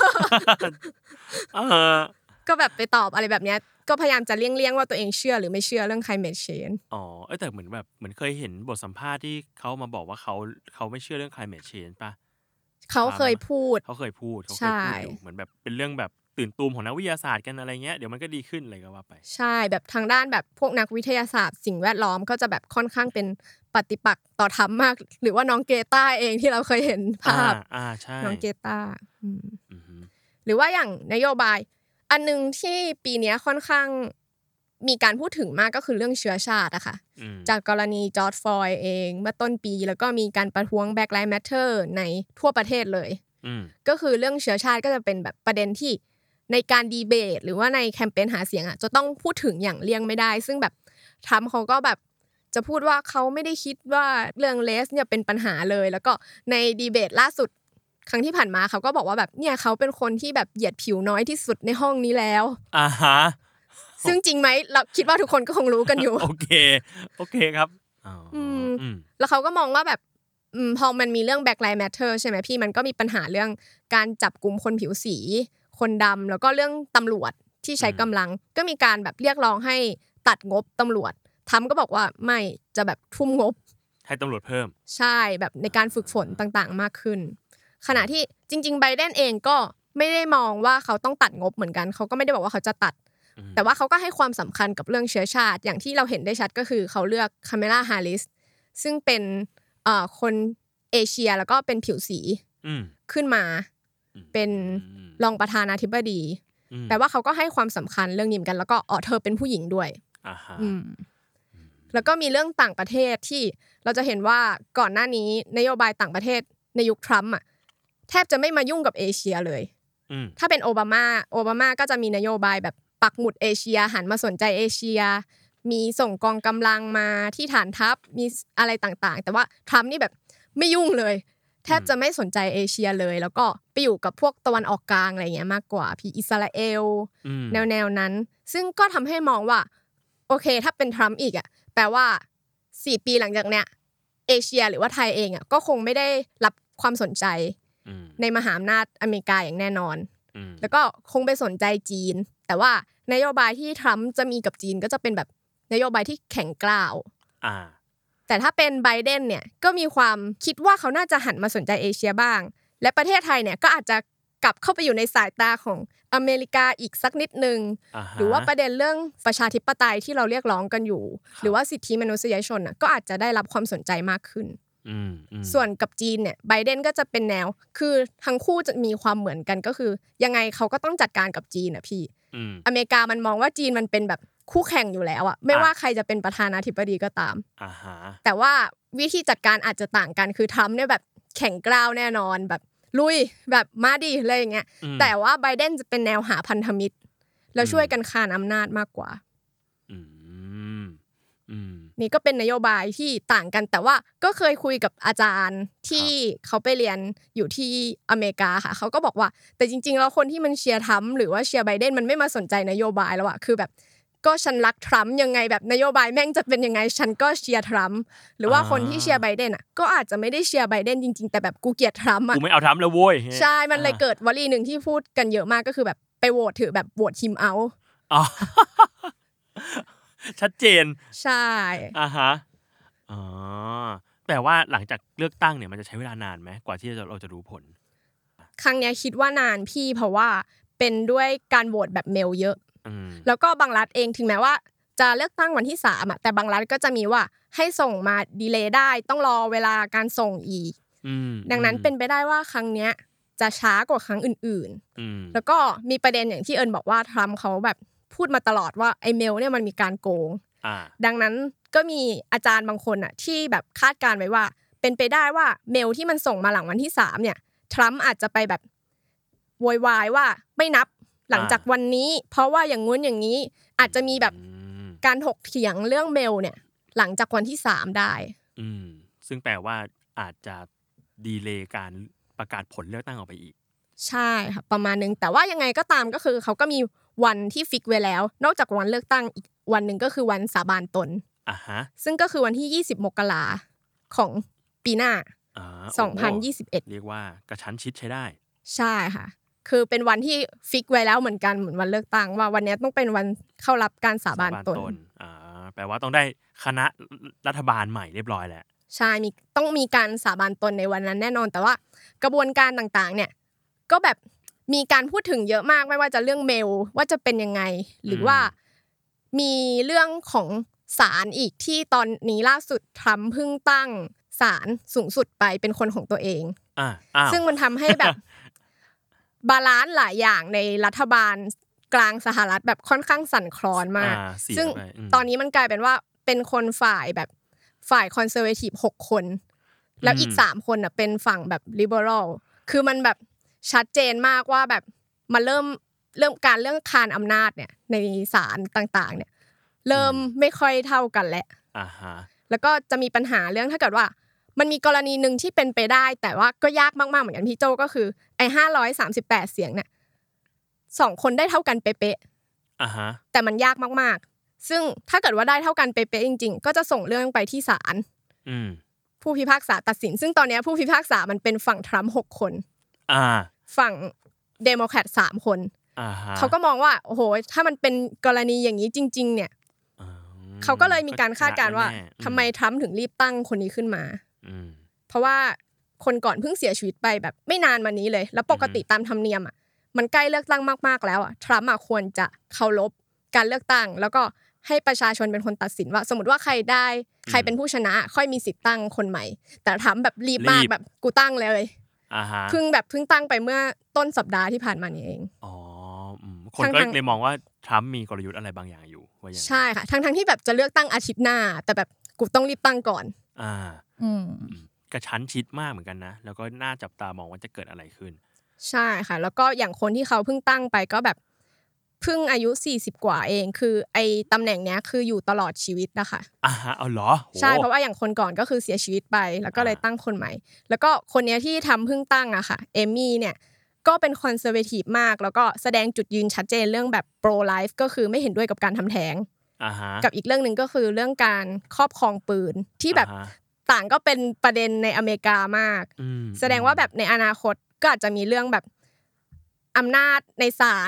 ก็แบบไปตอบอะไรแบบเนี้ยก็พยายามจะเลี่ยงว่าตัวเองเชื่อหรือไม่เชื่อเรื่อง climate change แต่เหมือนเคยเห็นบทสัมภาษณ์ที่เขามาบอกว่าเขาไม่เชื่อเรื่อง climate change ป่ะเขาเคยพูดอยู่เหมือนแบบเป็นเรื่องแบบตื่นตูมของนักวิทยาศาสตร์กันอะไรเงี้ยเดี๋ยวมันก็ดีขึ้นอะไรก็ว่าไปใช่แบบทางด้านแบบพวกนักวิทยาศาสตร์สิ่งแวดล้อมก็จะแบบค่อนข้างเป็นปฏิปักษ์ต่อธรรมมากหรือว่าน้องเกต้าเองที่เราเคยเห็นภาพน้องเกต้าหรือว่าอย่างนโยบายอันนึงที่ปีนี้ค่อนข้างมีการพูดถึงมากก็คือเรื่องเชื้อชาติอะค่ะจากกรณีจอร์จฟลอยด์เองเมื่อต้นปีแล้วก็มีการประท้วง Black Lives Matter ในทั่วประเทศเลยก็คือเรื่องเชื้อชาติก็จะเป็นแบบประเด็นที่ในการดีเบตหรือว่าในแคมเปญหาเสียงอะจะต้องพูดถึงอย่างเลี่ยงไม่ได้ซึ่งแบบทรัมป์เขาก็แบบจะพูดว่าเขาไม่ได้คิดว่าเรื่องเลสเนี่ยเป็นปัญหาเลยแล้วก็ในดีเบตล่าสุดครั้งที่ผ่านมาเขาก็บอกว่าแบบเนี่ยเขาเป็นคนที่แบบเหยียดผิวน้อยที่สุดในห้องนี้แล้วซึ่งจริงไหมเราคิดว่าทุกคนก็คงรู้กันอยู่โอเคครับแล้วเขาก็มองว่าแบบพอมันมีเรื่อง Black Lives Matter ใช่ไหมพี่มันก็มีปัญหาเรื่องการจับกุมคนผิวสีคนดำแล้วก็เรื่องตำรวจที่ใช้กำลังก็มีการแบบเรียกร้องให้ตัดงบตำรวจทำก็บอกว่าไม่จะแบบทุ่มงบให้ตำรวจเพิ่มใช่แบบในการฝึกฝนต่างๆมากขึ้นขณะที่จริงๆไบเดนเองก็ไม่ได้มองว่าเขาต้องตัดงบเหมือนกันเขาก็ไม่ได้บอกว่าเขาจะตัดแต่ว่าเขาก็ให้ความสำคัญกับเรื่องเชื้อชาติอย่างที่เราเห็นได้ชัดก็คือเขาเลือกคาเมล่าแฮร์ริสซึ่งเป็นคนเอเชียแล้วก็เป็นผิวสีขึ้นมาเป็นรองประธานาธิบดีแปลว่าเขาก็ให้ความสำคัญเรื่องนี้เหมือนกันแล้วก็เธอเป็นผู้หญิงด้วยแล้วก็มีเรื่องต่างประเทศที่เราจะเห็นว่าก่อนหน้านี้นโยบายต่างประเทศในยุคทรัมป์อ่ะแทบจะไม่มายุ่งกับเอเชียเลยถ้าเป็นโอบามาก็จะมีนโยบายแบบปักหมุดเอเชียหันมาสนใจเอเชียมีส่งกองกำลังมาที่ฐานทัพมีอะไรต่างๆแต่ว่าทรัมป์นี่แบบไม่ยุ่งเลยแทบจะไม่สนใจเอเชียเลยแล้วก็ไปอยู่กับพวกตะวันออกกลางอะไรเงี้ยมากกว่าพี่อิสราเอลแนวนั้นซึ่งก็ทำให้มองว่าโอเคถ้าเป็นทรัมป์อีกอ่ะแปลว่า4ปีหลังจากเนี้ยเอเชียหรือว่าไทยเองอ่ะก็คงไม่ได้รับความสนใจในมหาอำนาจอเมริกาอย่างแน่นอนแล้วก็คงไปสนใจจีนแต่ว่านโยบายที่ทรัมป์จะมีกับจีนก็จะเป็นแบบนโยบายที่แข็งกร้าวอ่าแต่ถ้าเป็นไบเดนเนี่ยก็มีความคิดว่าเขาน่าจะหันมาสนใจเอเชียบ้างและประเทศไทยเนี่ยก็อาจจะกลับเข้าไปอยู่ในสายตาของอเมริกาอีกสักนิดนึงหรือว่าประเด็นเรื่องประชาธิปไตยที่เราเรียกร้องกันอยู่หรือว่าสิทธิมนุษยชนก็อาจจะได้รับความสนใจมากขึ้นส่วนกับจีนเนี่ยไบเดนก็จะเป็นแนวคือทั้งคู่จะมีความเหมือนกันก็คือยังไงเขาก็ต้องจัดการกับจีนพี่อเมริกามันมองว่าจีนมันเป็นแบบคู่แข่งอยู่แล้วไม่ว่าใครจะเป็นประธานาธิบดีก็ตามแต่ว่าวิธีจัดการอาจจะต่างกันคือทรัมป์เนี่ยแบบแข็งกร้าวแน่นอนแบบลุยแบบมาดิอะไรอย่างเงี้ยแต่ว่าไบเดนจะเป็นแนวหาพันธมิตรแล้วช่วยกันคานอำนาจมากกว่านี่ก็เป็นนโยบายที่ต่างกันแต่ว่าก็เคยคุยกับอาจารย์ที่เขาไปเรียนอยู่ที่อเมริกาค่ะเขาก็บอกว่าแต่จริงๆแล้วคนที่มันเชียร์ทรัมป์หรือว่าเชียร์ไบเดนมันไม่มาสนใจนโยบายแล้วอะคือแบบก็ฉันรักทรัมป์ยังไงแบบนโยบายแม่งจะเป็นยังไงฉันก็เชียร์ทรัมป์หรือว่าคนที่เชียร์ไบเดนก็อาจจะไม่ได้เชียร์ไบเดนจริงๆแต่แบบกูเกลียดทรัมป์กูไม่เอาทรัมป์แล้วโว้ยใช่มันเลยเกิดวลีนึงที่พูดกันเยอะมากก็คือแบบไปโหวตถือแบบโหวตฮิมเอาชัดเจนใช่ฮะแต่ว่าหลังจากเลือกตั้งเนี่ยมันจะใช้เวลานานไหมกว่าที่เราจะรู้ผลครั้งนี้คิดว่านานพี่เพราะว่าเป็นด้วยการโหวตแบบเมลเยอะแล้วก็บางรัฐเองถึงแม้ว่าจะเลือกตั้งวันที่3แต่บางรัฐก็จะมีว่าให้ส่งมาดีเลย์ได้ต้องรอเวลาการส่งอีกดังนั้นเป็นไปได้ว่าครั้งนี้จะช้ากว่าครั้งอื่นๆแล้วก็มีประเด็นอย่างที่เอิญบอกว่าทรัมป์เขาแบบพูดมาตลอดว่าไอ้เมลเนี่ยมันมีการโกงดังนั้นก็มีอาจารย์บางคนที่แบบคาดการไว้ว่าเป็นไปได้ว่าเมลที่มันส่งมาหลังวันที่3เนี่ยทรัมป์อาจจะไปแบบโวยวายว่าไม่นับหลังจากวันนี้เพราะว่าอย่างงู้นอย่างนี้อาจจะมีแบบการถกเถียงเรื่องเมลเนี่ยหลังจากวันที่3ได้ซึ่งแปลว่าอาจจะดีเลย์การประกาศผลเลือกตั้งออกไปอีกใช่ค่ะประมาณนึงแต่ว่ายังไงก็ตามก็คือเขาก็มีวันที่ฟิกไว้แล้วนอกจากวันเลือกตั้งอีกวันนึงก็คือวันสาบานตนซึ่งก็คือวันที่20มกราของปีหน้า2021 เรียกว่ากระชั้นชิดใช้ได้ใช่ค่ะคือเป็นวันที่ฟิกไว้แล้วเหมือนกันเหมือนวันเลือกตั้งว่าวันนี้ต้องเป็นวันเข้ารับการสาบานตนแปลว่าต้องได้คณะรัฐบาลใหม่เรียบร้อยแล้วใช่ต้องมีการสาบานตนในวันนั้นแน่นอนแต่ว่ากระบวนการต่างๆเนี่ยก็แบบมีการพูดถึงเยอะมากไม่ว่าจะเรื่องเมลว่าจะเป็นยังไงหรือว่ามีเรื่องของศาลอีกที่ตอนนี้ล่าสุดทรัมป์เพิ่งตั้งศาลสูงสุดไปเป็นคนของตัวเองซึ่งมันทำให้แบบบาลานซ์หลายอย่างในรัฐบาลกลางสหรัฐแบบค่อนข้างสั่นคลอนมากซึ่งตอนนี้มันกลายเป็นว่าเป็นคนฝ่ายคอนเซอร์เวทีฟ6คนแล้วอีก3คนเป็นฝั่งแบบลิเบอรัลคือมันแบบชัดเจนมากว่าแบบมันเริ่มการเรื่องคานอำนาจเนี่ยในศาลต่างๆเนี่ยเริ่มไม่ค่อยเท่ากันแล้วแล้วก็จะมีปัญหาเรื่องถ้าเกิดว่ามันมีกรณีนึงที่เป็นไปได้แต่ว่าก็ยากมากๆเหมือนกันพี่โจก็คือไอ้538เสียงเนี่ย2คนได้เท่ากันเป๊ะๆแต่มันยากมากๆซึ่งถ้าเกิดว่าได้เท่ากันเป๊ะๆจริงๆก็จะส่งเรื่องไปที่ศาลผู้พิพากษาตัดสินซึ่งตอนนี้ผู้พิพากษามันเป็นฝั่งทรัมป์6คนฝั่งเดโมแครต3คนเขาก็มองว่าโอ้โหถ้ามันเป็นกรณีอย่างนี้จริงๆเนี่ยเขาก็เลยมีการคาดการณ์ว่าทำไมทรัมป์ถึงรีบตั้งคนนี้ขึ้นมาเพราะว่าคนก่อนเพิ่งเสียชีวิตไปแบบไม่นานมานี้เลยแล้วปกติตามธรรมเนียมมันใกล้เลือกตั้งมากๆแล้วทรัมป์ควรจะเคารพการเลือกตั้งแล้วก็ให้ประชาชนเป็นคนตัดสินว่าสมมติว่าใครเป็นผู้ชนะค่อยมีสิทธิ์ตั้งคนใหม่แต่ทรัมป์แบบรีบมากแบบกูตั้งเลยเพิ่งตั้งไปเมื่อต้นสัปดาห์ที่ผ่านมานี่เองคนก็เลยมองว่าทรัมป์มีกลยุทธ์อะไรบางอย่างอยู่ว่าอย่างใช่ค่ะทั้งที่แบบจะเลือกตั้งอาทิตย์หน้าแต่แบบกูต้องรีบตั้งก่อนกระชั้นชิดมากเหมือนกันนะแล้วก็น่าจับตามองว่าจะเกิดอะไรขึ้นใช่ค่ะแล้วก็อย่างคนที่เขาเพิ่งตั้งไปก็แบบเพิ่งอายุ40กว่าเองคือไอ้ตำแหน่งเนี้ยคืออยู่ตลอดชีวิตนะคะเอาเหรอใช่เพราะว่าอย่างคนก่อนก็คือเสียชีวิตไปแล้วก็เลยตั้งคนใหม่แล้วก็คนเนี้ยที่ทำเพิ่งตั้งอะค่ะเอมี่เนี่ยก็เป็นคอนเซอร์เวทีฟมากแล้วก็แสดงจุดยืนชัดเจนเรื่องแบบโปรไลฟ์ก็คือไม่เห็นด้วยกับการทำแท้งกับอีกเรื่องนึงก็คือเรื่องการครอบครองปืนที่แบบต่างก็เป็นประเด็นในอเมริกามากแสดงว่าแบบในอนาคตก็อาจจะมีเรื่องแบบอำนาจในศาล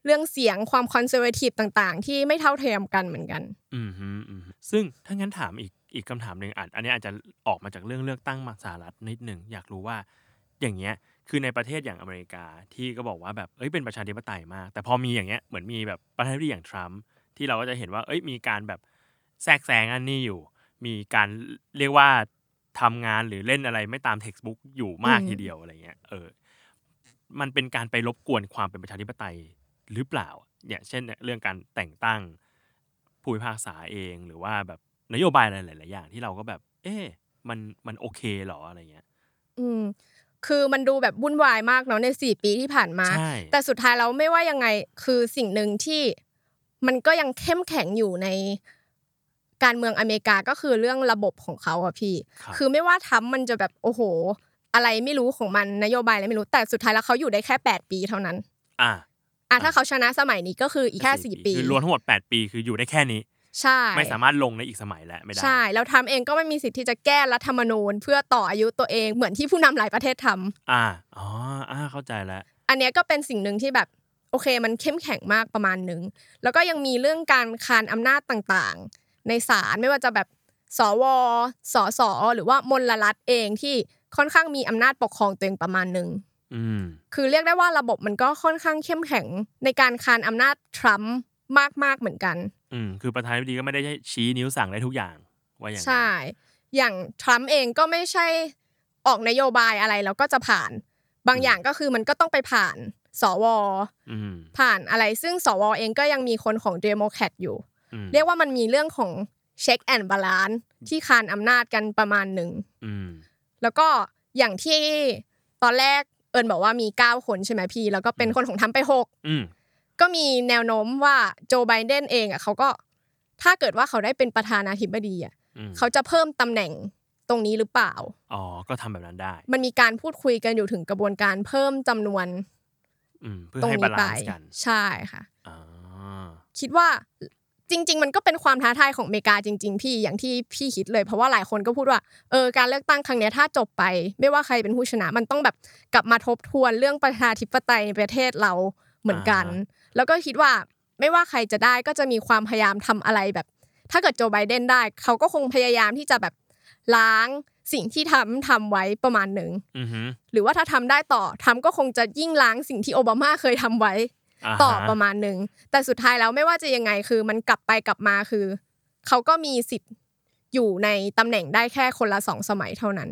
เรื่องเสียงความคอนเซอร์เวทีฟต่างๆที่ไม่เท่าเทียมกันเหมือนกันซึ่งถ้างั้นถามอีกคำถามนึงอันนี้อาจจะออกมาจากเรื่องเลือกตั้งสหรัฐนิดนึงอยากรู้ว่าอย่างเงี้ยคือในประเทศอย่างอเมริกาที่ก็บอกว่าแบบเป็นประชาธิปไตยมากแต่พอมีอย่างเงี้ยเหมือนมีแบบประธานาธิบดีอย่างทรัมป์ที่เราก็จะเห็นว่ามีการแบบแทรกแซงอันนี้อยู่มีการเรียกว่าทำงานหรือเล่นอะไรไม่ตามเท็กซ์บุ๊กอยู่มากทีเดียวอะไรเงี้ยมันเป็นการไปรบกวนความเป็นประชาธิปไตยหรือเปล่าเนี่ยเช่นเรื่องการแต่งตั้งผู้พิพากษาเองหรือว่าแบบนโยบายอะไรหลายๆอย่างที่เราก็แบบมันโอเคหรออะไรเงี้ยคือมันดูแบบวุ่นวายมากเนาะใน4ปีที่ผ่านมาแต่สุดท้ายเราไม่ว่ายังไงคือสิ่งนึงที่มันก็ยังเข้มแข็งอยู่ในการเมืองอเมริกาก็คือเรื่องระบบของเขาอ่ะพี่คือไม่ว่าทำมันจะแบบโอ้โหอะไรไม่รู้ของมันนโยบายอะไรไม่รู้แต่สุดท้ายแล้วเขาอยู่ได้แค่8ปีเท่านั้นถ้าเขาชนะสมัยนี้ก็คืออีกแค่4ปีคือรวมทั้งหมด8ปีคืออยู่ได้แค่นี้ใช่ไม่สามารถลงในอีกสมัยแล้วไม่ได้ใช่แล้วทำเองก็ไม่มีสิทธิ์ที่จะแก้รัฐธรรมนูญเพื่อต่ออายุตัวเองเหมือนที่ผู้นำหลายประเทศทำเข้าใจแล้วอันนี้ก็เป็นสิ่งนึงที่แบบโอเคมันเข้มแข็งมากประมาณนึงแล้วก็ยังมีเรื่องการคานอำนาจต่างๆในศาลไม่ว่าจะแบบสวสสหรือว่ามลรัฐเองที่ค่อนข้างมีอำนาจปกครองตัวเองประมาณนึงคือเรียกได้ว่าระบบมันก็ค่อนข้างเข้มแข็งในการคานอำนาจทรัมป์มากๆเหมือนกันคือประธานาธิบดีก็ไม่ได้ชี้นิ้วสั่งได้ทุกอย่างว่าอย่างนั้นใช่อย่างทรัมป์เองก็ไม่ใช่ออกนโยบายอะไรแล้วก็จะผ่านบางอย่างก็คือมันก็ต้องไปผ่านสวผ่านอะไรซึ่งสวเองก็ยังมีคนของเดโมแครตอยู่เรียกว่ามันมีเรื่องของเช็คแอนด์บาลานซ์ที่คานอำนาจกันประมาณนึงแล้วก็อย่างที่ตอนแรกเอิญบอกว่ามี9คนใช่ไหมพี่แล้วก็เป็นคนของทรัมป์ไป6ก็มีแนวโน้มว่าโจไบเดนเองอ่ะเขาก็ถ้าเกิดว่าเขาได้เป็นประธานาธิบดีอ่ะเขาจะเพิ่มตำแหน่งตรงนี้หรือเปล่าก็ทำแบบนั้นได้มันมีการพูดคุยกันอยู่ถึงกระบวนการเพิ่มจำนวนเพื่อให้บาลานซ์กันใช่ค่ะคิดว่าจริงๆมันก็เป็นความท้าทายของอเมริกาจริงๆพี่อย่างที่พี่คิดเลยเพราะว่าหลายคนก็พูดว่าการเลือกตั้งครั้งนี้ถ้าจบไปไม่ว่าใครเป็นผู้ชนะมันต้องแบบกลับมาทบทวนเรื่องประชาธิปไตยในประเทศเราเหมือนกันแล้วก็คิดว่าไม่ว่าใครจะได้ก็จะมีความพยายามทำอะไรแบบถ้าเกิดโจไบเดนได้เขาก็คงพยายามที่จะแบบล้างสิ่งที่ทำไว้ประมาณนึงหรือว่าถ้าทำได้ต่อทำก็คงจะยิ่งล้างสิ่งที่โอบามาเคยทำไว้ต่อประมาณนึงแต่สุดท้ายแล้วไม่ว่าจะยังไงคือมันกลับไปกลับมาคือเขาก็มีสิทธิ์อยู่ในตำแหน่งได้แค่คนละ2สมัยเท่านั้น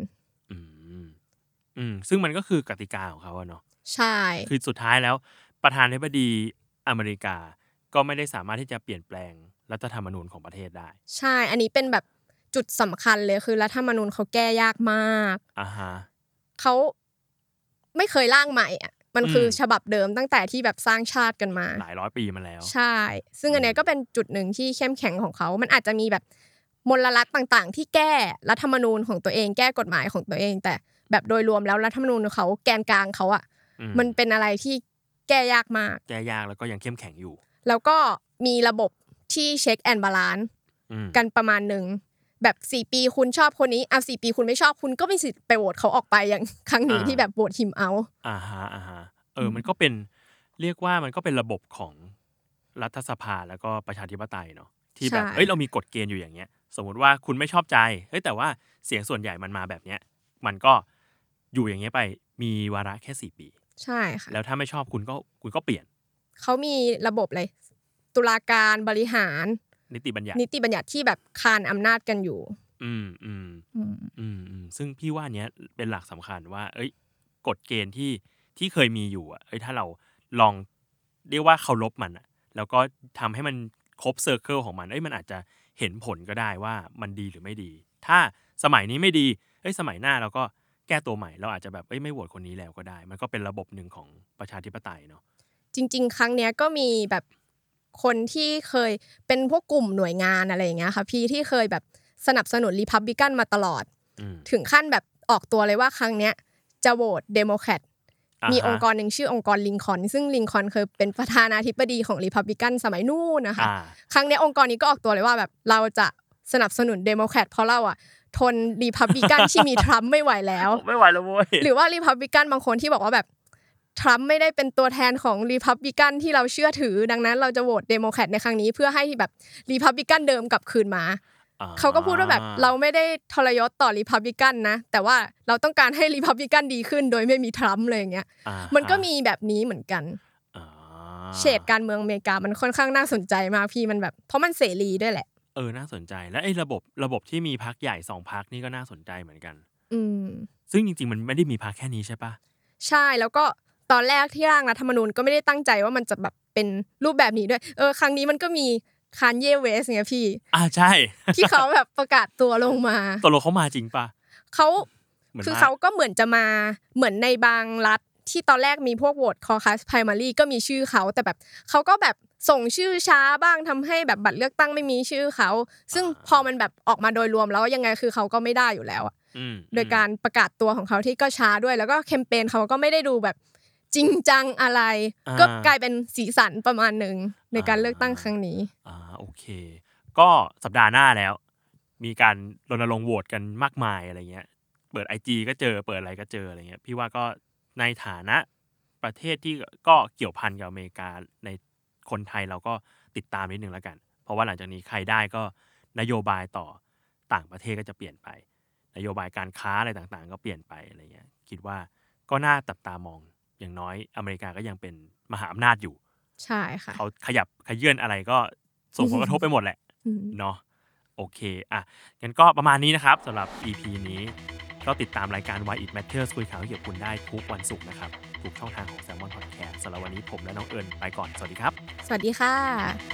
ซึ่งมันก็คือกติกาของเขาเนาะใช่คือสุดท้ายแล้วประธานาธิบดีอเมริกาก็ไม่ได้สามารถที่จะเปลี่ยนแปลงรัฐธรรมนูญของประเทศได้ใช่อันนี้เป็นแบบจุดสำคัญเลยคือรัฐธรรมนูญเขาแก้ยากมากเขาไม่เคยร่างใหม่อ่ะมันคือฉบับเดิมตั้งแต่ที่แบบสร้างชาติกันมาหลายร้อยปีมาแล้วใช่ซึ่งอันนี้ก็เป็นจุดหนึ่งที่เข้มแข็งของเขามันอาจจะมีแบบมลรัฐต่างๆที่แก้รัฐธรรมนูญของตัวเองแก้กฎหมายของตัวเองแต่แบบโดยรวมแล้วรัฐธรรมนูญของเขาแกนกลางเขาอ่ะมันเป็นอะไรที่แก้ยากมากแก้ยากแล้วก็ยังเข้มแข็งอยู่แล้วก็มีระบบที่เช็คแอนด์บาลานซ์กันประมาณนึงแบบ4ปีคุณชอบคนนี้4ปีคุณไม่ชอบคุณก็มีสิทธิ์ไปโหวตเขาออกไปอย่างครั้งนี้ที่แบบโหวตฮิมเอามันก็เป็นเรียกว่ามันก็เป็นระบบของรัฐสภาแล้วก็ประชาธิปไตยเนาะที่แบบเรามีกฎเกณฑ์อยู่อย่างเงี้ยสมมติว่าคุณไม่ชอบใจแต่ว่าเสียงส่วนใหญ่มันมาแบบเนี้ยมันก็อยู่อย่างเงี้ยไปมีวาระแค่4ปีใช่ค่ะแล้วถ้าไม่ชอบคุณก็เปลี่ยนเขามีระบบเลยตุลาการบริหารนิติบัญญัติที่แบบคานอำนาจกันอยู่ซึ่งพี่ว่าเนี้ยเป็นหลักสำคัญว่ากฎเกณฑ์ที่เคยมีอยู่ถ้าเราลองเรียกว่าเคารพมันแล้วก็ทำให้มันครบเซอร์เคิลของมันมันอาจจะเห็นผลก็ได้ว่ามันดีหรือไม่ดีถ้าสมัยนี้ไม่ดีสมัยหน้าเราก็แก้ตัวใหม่เราอาจจะแบบไม่โหวตคนนี้แล้วก็ได้มันก็เป็นระบบนึงของประชาธิปไตยเนาะจริงๆครั้งเนี้ยก็มีแบบคนที่เคยเป็นพวกกลุ่มหน่วยงานอะไรอย่างเงี้ยค่ะพี่ที่เคยแบบสนับสนุนรีพับลิกันมาตลอดถึงขั้นแบบออกตัวเลยว่าครั้งเนี้ยจะโหวตเดโมแครตมีองค์กรนึงชื่อองค์กรลิงคอล์นซึ่งลิงคอล์นเคยเป็นประธานาธิบดีของรีพับลิกันสมัยนู้นนะคะครั้งเนี้ยองค์กรนี้ก็ออกตัวเลยว่าแบบเราจะสนับสนุนเดโมแครตเพราะเราทนรีพับลิกันที่มีทรัมป์ไม่ไหวแล้วไม่ไหวแล้วเว้ยหรือว่ารีพับลิกันบางคนที่บอกว่าแบบทรัมป์ไม่ได้เป็นตัวแทนของรีพับลิกันที่เราเชื่อถือดังนั้นเราจะโหวตเดโมแครตในครั้งนี้เพื่อให้แบบรีพับลิกันเดิมกลับคืนมาเขาก็พูดว่าแบบเราไม่ได้ทรยศต่อรีพับลิกันนะแต่ว่าเราต้องการให้รีพับลิกันดีขึ้นโดยไม่มีทรัมป์เลยอย่างเงี้ยมันก็มีแบบนี้เหมือนกันเฉดการเมืองอเมริกามันค่อนข้างน่าสนใจมากพี่มันแบบเพราะมันเสรีด้วยแหละน่าสนใจและไอ้ระบบที่มีพรรคใหญ่2พรรคนี่ก็น่าสนใจเหมือนกันซึ่งจริงๆมันไม่ได้มีพรรคแค่นี้ใช่ปะใช่แล้วก็ตอนแรกที่ร่างรัฐธรรมนูญก็ไม่ได้ตั้งใจว่ามันจะแบบเป็นรูปแบบนี้ด้วยครั้งนี้มันก็มีคานเยเวสไงพี่ใช่ที่เขาแบบประกาศตัวลงมาตกลงเขามาจริงปะเขาคือเขาก็เหมือนจะมาเหมือนในบางรัฐที่ตอนแรกมีพวกโหวตคอคัสไพรมารีก็มีชื่อเขาแต่แบบเขาก็แบบส่งชื่อช้าบ้างทำให้แบบบัตรเลือกตั้งไม่มีชื่อเขาซึ่งพอมันแบบออกมาโดยรวมแล้วยังไงคือเขาก็ไม่ได้อยู่แล้วอ่ะโดยการประกาศตัวของเขาที่ก็ช้าด้วยแล้วก็แคมเปญเขาก็ไม่ได้ดูแบบจริงจังอะไรก็กลายเป็นสีสันประมาณนึงในการเลือกตั้งครั้งนี้โอเคก็สัปดาห์หน้าแล้วมีการรณรงค์โหวตกันมากมายอะไรเงี้ยเปิด IG ก็เจอเปิดอะไรก็เจออะไรเงี้ยพี่ว่าก็ในฐานะประเทศที่ก็เกี่ยวพันกับอเมริกาในคนไทยเราก็ติดตามนิดนึงแล้วกันเพราะว่าหลังจากนี้ใครได้ก็นโยบายต่อต่างประเทศก็จะเปลี่ยนไปนโยบายการค้าอะไรต่างๆก็เปลี่ยนไปอะไรเงี้ยคิดว่าก็น่าจับตามองอย่างน้อยอเมริกาก็ยังเป็นมหาอำนาจอยู่ใช่ค่ะเขาขยับขยื่นอะไรก็ส่งผลกระทบไปหมดแหละเนาะโอเคงั้นก็ประมาณนี้นะครับสำหรับ EP นี้ก็ติดตามรายการ Why It Matters คุยข่าวเกี่ยวกับคุณได้ทุกวันศุกร์นะครับทุกช่องทางของ Salmon Podcast สำหรับวันนี้ผมและน้องเอิญไปก่อนสวัสดีครับสวัสดีค่ะ